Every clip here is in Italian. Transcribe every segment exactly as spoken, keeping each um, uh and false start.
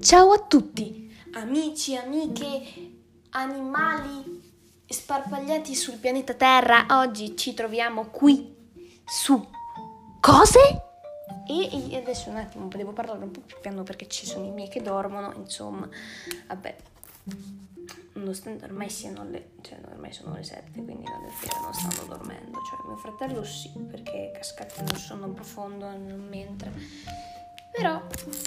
Ciao a tutti, amici, amiche, animali sparpagliati sul pianeta Terra. Oggi ci troviamo qui su cose? E, e adesso un attimo devo parlare un po' più piano perché ci sono i miei che dormono, insomma, vabbè, nonostante ormai siano le, cioè ormai sono le sette, quindi non è vero, non stanno dormendo, cioè mio fratello sì, perché è cascato in un sonno profondo mentre, però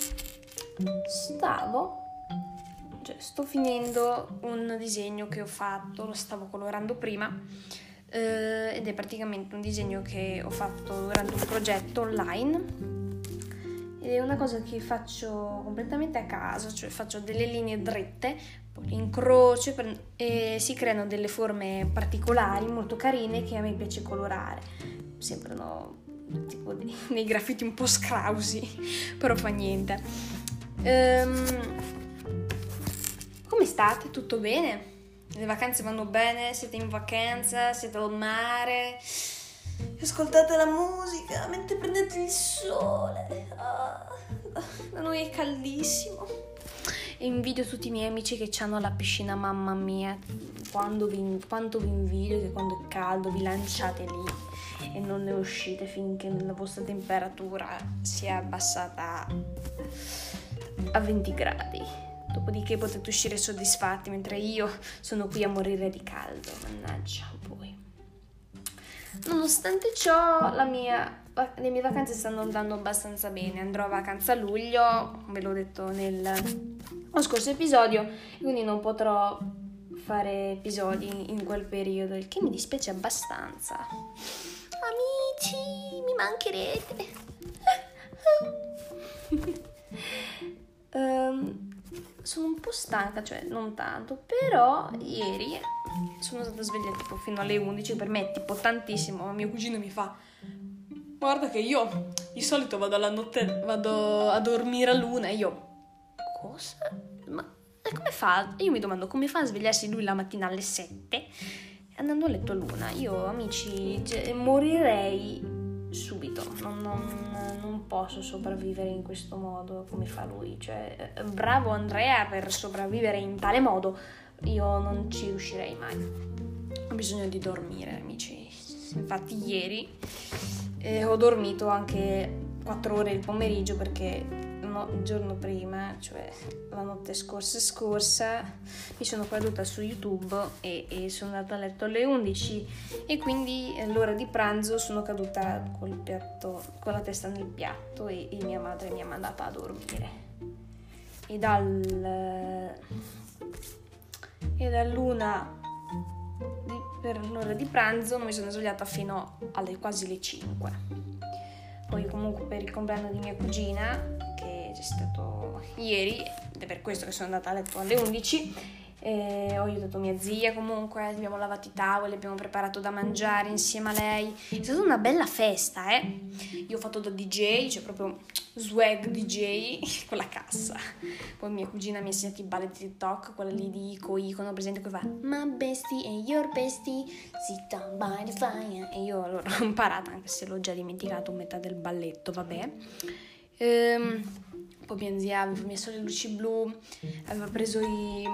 stavo, cioè sto finendo un disegno che ho fatto, lo stavo colorando prima, eh, ed è praticamente un disegno che ho fatto durante un progetto online. Ed è una cosa che faccio completamente a caso, cioè faccio delle linee dritte, poi le incrocio e si creano delle forme particolari, molto carine, che a me piace colorare. Sembrano tipo dei, dei graffiti un po' scrausi, però fa niente. Ehm, come state? Tutto bene? Le vacanze vanno bene? Siete in vacanza? Siete al mare? Ascoltate la musica mentre prendete il sole. Ah, da noi è caldissimo. E invidio tutti i miei amici che hanno la piscina, mamma mia. Quando vi, quanto vi invidio che quando è caldo vi lanciate lì e non ne uscite finché la vostra temperatura si è abbassata a venti gradi. Dopodiché potete uscire soddisfatti, mentre io sono qui a morire di caldo. Mannaggia voi. Nonostante ciò, la mia, le mie vacanze stanno andando abbastanza bene. Andrò a vacanza a luglio, ve l'ho detto nel scorso episodio, quindi non potrò fare episodi in quel periodo, il che mi dispiace abbastanza. Amici, mi mancherete. um, sono un po' stanca, cioè non tanto, però ieri sono stata sveglia tipo fino alle undici, per me è tipo tantissimo. Mio cugino mi fa: guarda che io di solito vado alla notte, vado a dormire a luna. E io, cosa? Ma come fa? Io mi domando come fa a svegliarsi lui la mattina alle sette andando a letto a luna. Io, amici, cioè, morirei subito. Non, non, non posso sopravvivere in questo modo come fa lui. Cioè, bravo Andrea per sopravvivere in tale modo. Io non ci riuscirei mai. Ho bisogno di dormire, amici. Infatti ieri eh, ho dormito anche quattro ore il pomeriggio perché no, il giorno prima, cioè la notte scorsa scorsa, mi sono caduta su YouTube e, e sono andata a letto alle undici e quindi all'ora di pranzo sono caduta col piatto, con la testa nel piatto e, e mia madre mi ha mandata a dormire. E dal e dall'una di, per l'ora di pranzo non mi sono svegliata fino alle quasi le cinque. Poi comunque per il compleanno di mia cugina, che è stato ieri, ed è per questo che sono andata a letto alle undici, e ho aiutato mia zia comunque, abbiamo lavato i tavoli, abbiamo preparato da mangiare insieme a lei. È stata una bella festa, eh. Io ho fatto da D J, cioè proprio swag D J con la cassa. Poi mia cugina mi ha insegnato i balli di TikTok, quella lì di Ico Icono, presente, che fa My bestie and your bestie sit down by the fire. E io allora l'ho imparata, anche se l'ho già dimenticato metà del balletto, vabbè. Ehm, poi mia zia aveva messo le luci blu, aveva preso i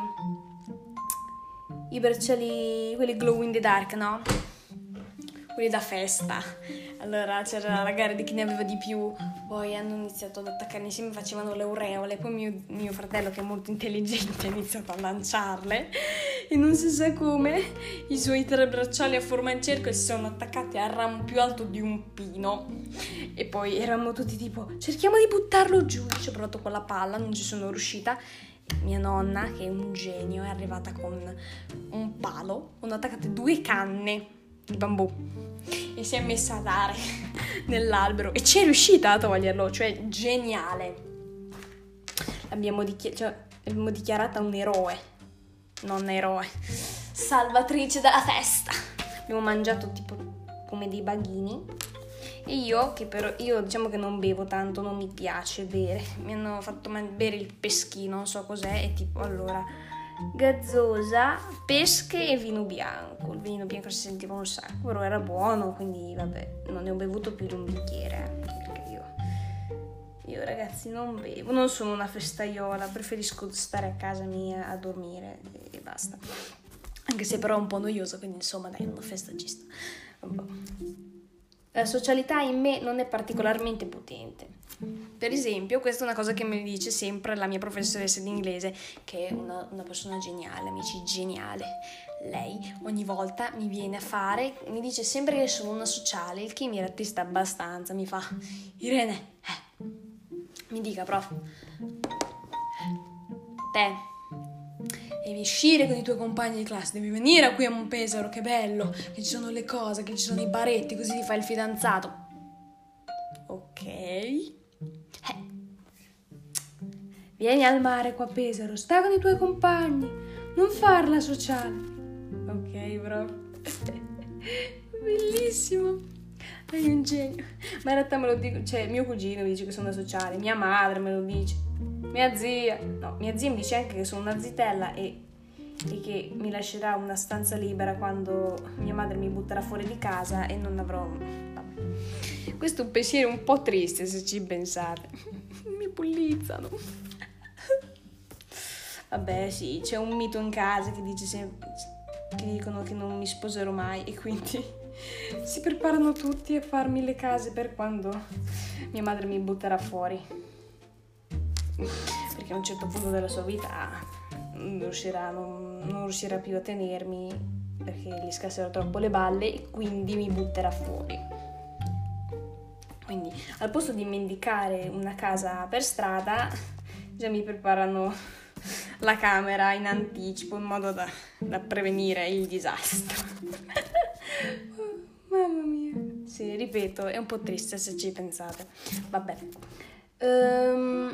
i bracciali, quelli glow in the dark, no? Quelli da festa. Allora c'era la gara di chi ne aveva di più, poi hanno iniziato ad attaccarli insieme, facevano le aureole, poi mio, mio fratello, che è molto intelligente, ha iniziato a lanciarle e non si sa come i suoi tre bracciali a forma in cerchio si sono attaccati al ramo più alto di un pino e poi eravamo tutti tipo cerchiamo di buttarlo giù. Ci ho provato con la palla, non ci sono riuscita. Mia nonna, che è un genio, è arrivata con un palo, hanno attaccate due canne di bambù e si è messa a dare nell'albero e ci è riuscita a toglierlo, cioè geniale. L'abbiamo, dichi- cioè, l'abbiamo dichiarata un eroe, non eroe, salvatrice della festa. Abbiamo mangiato tipo come dei baghini. E io, che però, io diciamo che non bevo tanto, non mi piace bere, mi hanno fatto bere il peschino, non so cos'è, e tipo, allora, gazzosa, pesche e vino bianco. Il vino bianco si sentiva un sacco, però era buono, quindi vabbè, non ne ho bevuto più di un bicchiere, perché io, io ragazzi non bevo, non sono una festaiola, preferisco stare a casa mia a dormire e basta. Anche se però è un po' noioso, quindi insomma dai, una festa ci sta. La socialità in me non è particolarmente potente. Per esempio, questa è una cosa che mi dice sempre la mia professoressa di inglese, che è una, una persona geniale, amici, geniale. Lei ogni volta mi viene a fare, mi dice sempre che sono una sociale, il che mi rattrista abbastanza, mi fa: Irene, eh, mi dica prof, te devi uscire con i tuoi compagni di classe, devi venire qui a Monpesaro, che bello, che ci sono le cose, che ci sono i baretti, così ti fai il fidanzato. Ok. Eh. Vieni al mare qua a Pesaro, stai con i tuoi compagni, non farla sociale. Ok, bro. Bellissimo. Sei un genio. Ma in realtà me lo dico, cioè mio cugino mi dice che sono una sociale, mia madre me lo dice, mia zia, no, mia zia mi dice anche che sono una zitella e, e che mi lascerà una stanza libera quando mia madre mi butterà fuori di casa e non avrò... Vabbè. Questo è un pensiero un po' triste se ci pensate. Mi bullizzano. Vabbè sì, c'è un mito in casa che dice sempre, che dicono che non mi sposerò mai e quindi si preparano tutti a farmi le case per quando mia madre mi butterà fuori, perché a un certo punto della sua vita non riuscirà, non, non riuscirà più a tenermi perché gli scassero troppo le balle e quindi mi butterà fuori. Quindi al posto di mendicare una casa per strada già mi preparano la camera in anticipo in modo da, da prevenire il disastro. Mamma mia. Sì, ripeto, è un po' triste se ci pensate. Vabbè. Um...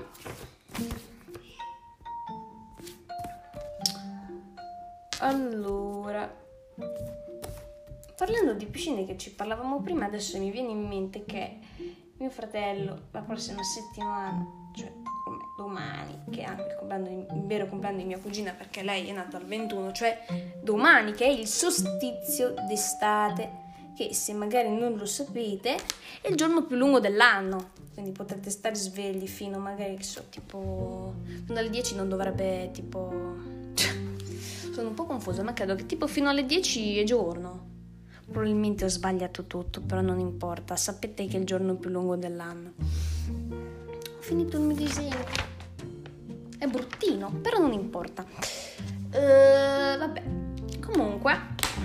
Allora, parlando di piscine che ci parlavamo prima, adesso mi viene in mente che mio fratello la prossima settimana, cioè come domani, che è anche il, compleanno, il vero compleanno di mia cugina, perché lei è nata al ventuno, cioè domani, che è il solstizio d'estate, che se magari non lo sapete è il giorno più lungo dell'anno, quindi potrete stare svegli fino magari, che so, tipo fino alle dieci non dovrebbe, tipo sono un po' confusa, ma credo che tipo fino alle dieci è giorno. Probabilmente ho sbagliato tutto, però non importa, sapete che è il giorno più lungo dell'anno. Ho finito il mio disegno, è bruttino, però non importa. Uh, vabbè, comunque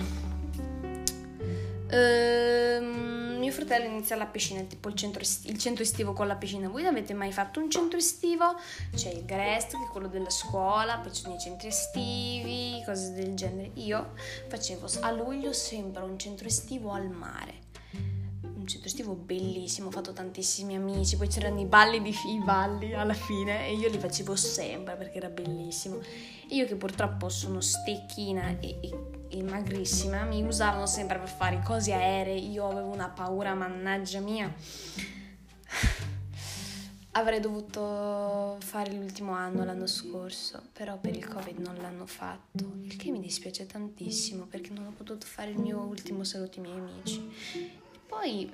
uh, mio fratello inizia la piscina, tipo il centro, esti- il centro estivo con la piscina. Voi avete mai fatto un centro estivo? C'è il Grest, che è quello della scuola, poi ci sono i centri estivi, cose del genere. Io facevo a luglio sempre un centro estivo al mare, un centro estivo bellissimo, ho fatto tantissimi amici, poi c'erano i balli di i balli alla fine e io li facevo sempre perché era bellissimo. E io che purtroppo sono stecchina e, e, e magrissima, mi usavano sempre per fare cose aeree, io avevo una paura, mannaggia mia. Avrei dovuto fare l'ultimo anno l'anno scorso, però per il Covid non l'hanno fatto, il che mi dispiace tantissimo perché non ho potuto fare il mio ultimo saluto ai miei amici. Poi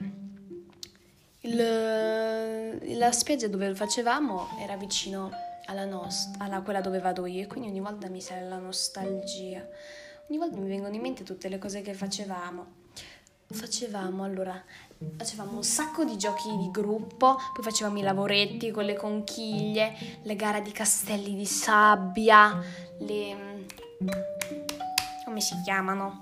il, la spiaggia dove lo facevamo era vicino alla nostra, alla quella dove vado io, e quindi ogni volta mi sale la nostalgia. Ogni volta mi vengono in mente tutte le cose che facevamo. Facevamo allora, facevamo un sacco di giochi di gruppo, poi facevamo i lavoretti con le conchiglie, le gare di castelli di sabbia, le... come si chiamano?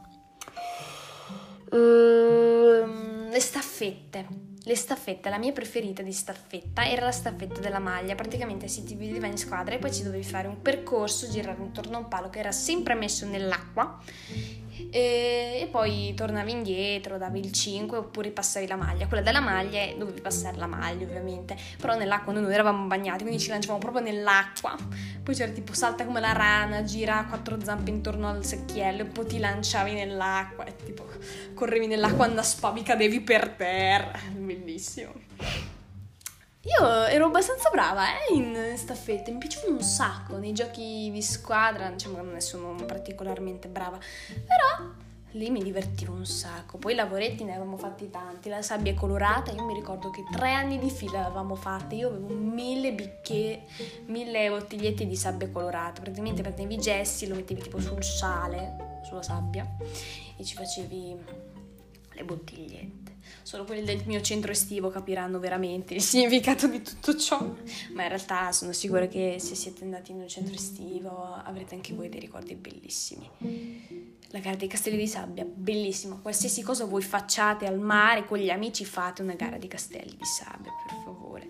Uh, le staffette. Le staffette, la mia preferita di staffetta era la staffetta della maglia. Praticamente si divideva in squadre e poi ci dovevi fare un percorso, girare intorno a un palo che era sempre messo nell'acqua e, e poi tornavi indietro, davi il cinque oppure passavi la maglia. Quella della maglia dovevi passare la maglia ovviamente, però nell'acqua noi non eravamo bagnati, quindi ci lanciavamo proprio nell'acqua. Poi c'era tipo salta come la rana, gira a quattro zampe intorno al secchiello e poi ti lanciavi nell'acqua e tipo correvi nell'acqua, annaspavi, cadevi per terra. Bellissimo. Io ero abbastanza brava eh, in staffetta, mi piacevano un sacco. Nei giochi di squadra, diciamo che non ne sono particolarmente brava, però lì mi divertivo un sacco. Poi i lavoretti ne avevamo fatti tanti, la sabbia è colorata, io mi ricordo che tre anni di fila l'avevamo fatta, io avevo mille bicchieri, mille bottigliette di sabbia colorata, praticamente prendevi i gessi, lo mettevi tipo sul sale, sulla sabbia e ci facevi le bottigliette. Solo quelli del mio centro estivo capiranno veramente il significato di tutto ciò, ma in realtà sono sicura che se siete andati in un centro estivo avrete anche voi dei ricordi bellissimi. La gara dei castelli di sabbia, bellissima, qualsiasi cosa voi facciate al mare con gli amici, fate una gara di castelli di sabbia, per favore.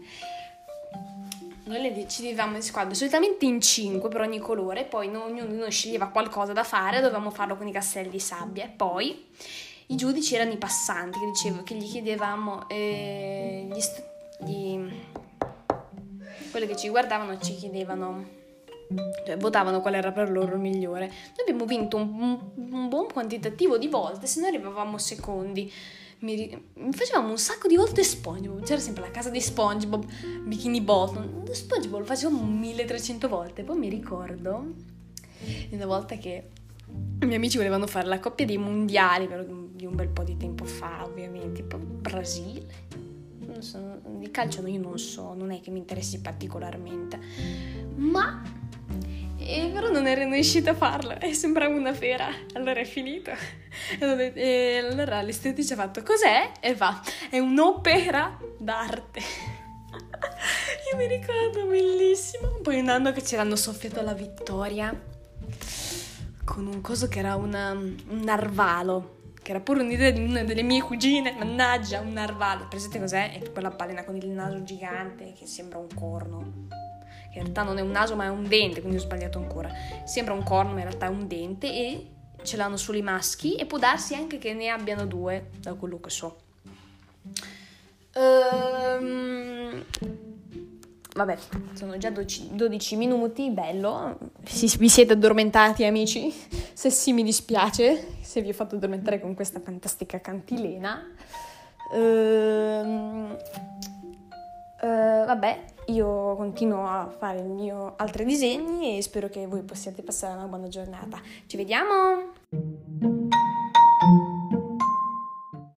Noi le decidevamo in squadre, solitamente in cinque per ogni colore, poi ognuno di noi sceglieva qualcosa da fare, dovevamo farlo con i castelli di sabbia, e poi i giudici erano i passanti, che dicevo, che gli chiedevamo, eh, gli, st- gli quelli che ci guardavano ci chiedevano, cioè votavano qual era per loro il migliore. Noi abbiamo vinto un, un, un buon quantitativo di volte, se noi arrivavamo secondi. Mi, mi facevamo un sacco di volte SpongeBob, c'era sempre la casa di SpongeBob, Bikini Bottom, SpongeBob lo facevamo milletrecento volte. Poi mi ricordo una volta che i miei amici volevano fare la coppia dei mondiali per, di un bel po' di tempo fa, ovviamente, tipo Brasile, non so, di calcio io non so, non è che mi interessi particolarmente, ma e però non ero riuscita a farlo e sembrava una fera. Allora è finito e allora l'istruttrice ha fatto cos'è? E va, è un'opera d'arte. Io mi ricordo, bellissimo. Poi un anno che ci hanno soffiato la vittoria con un coso che era una, un narvalo, che era pure un'idea di una delle mie cugine, mannaggia, un narvalo. Presente cos'è? È quella balena con il naso gigante che sembra un corno, che in realtà non è un naso ma è un dente, quindi ho sbagliato ancora. Sembra un corno ma in realtà è un dente, e ce l'hanno solo i maschi, e può darsi anche che ne abbiano due, da quello che so. Ehm... Vabbè, sono già dodici minuti, bello. Vi siete addormentati, amici? Se sì, mi dispiace se vi ho fatto addormentare con questa fantastica cantilena. Ehm, eh, vabbè, io continuo a fare il mio altri disegni e spero che voi possiate passare una buona giornata. Ci vediamo!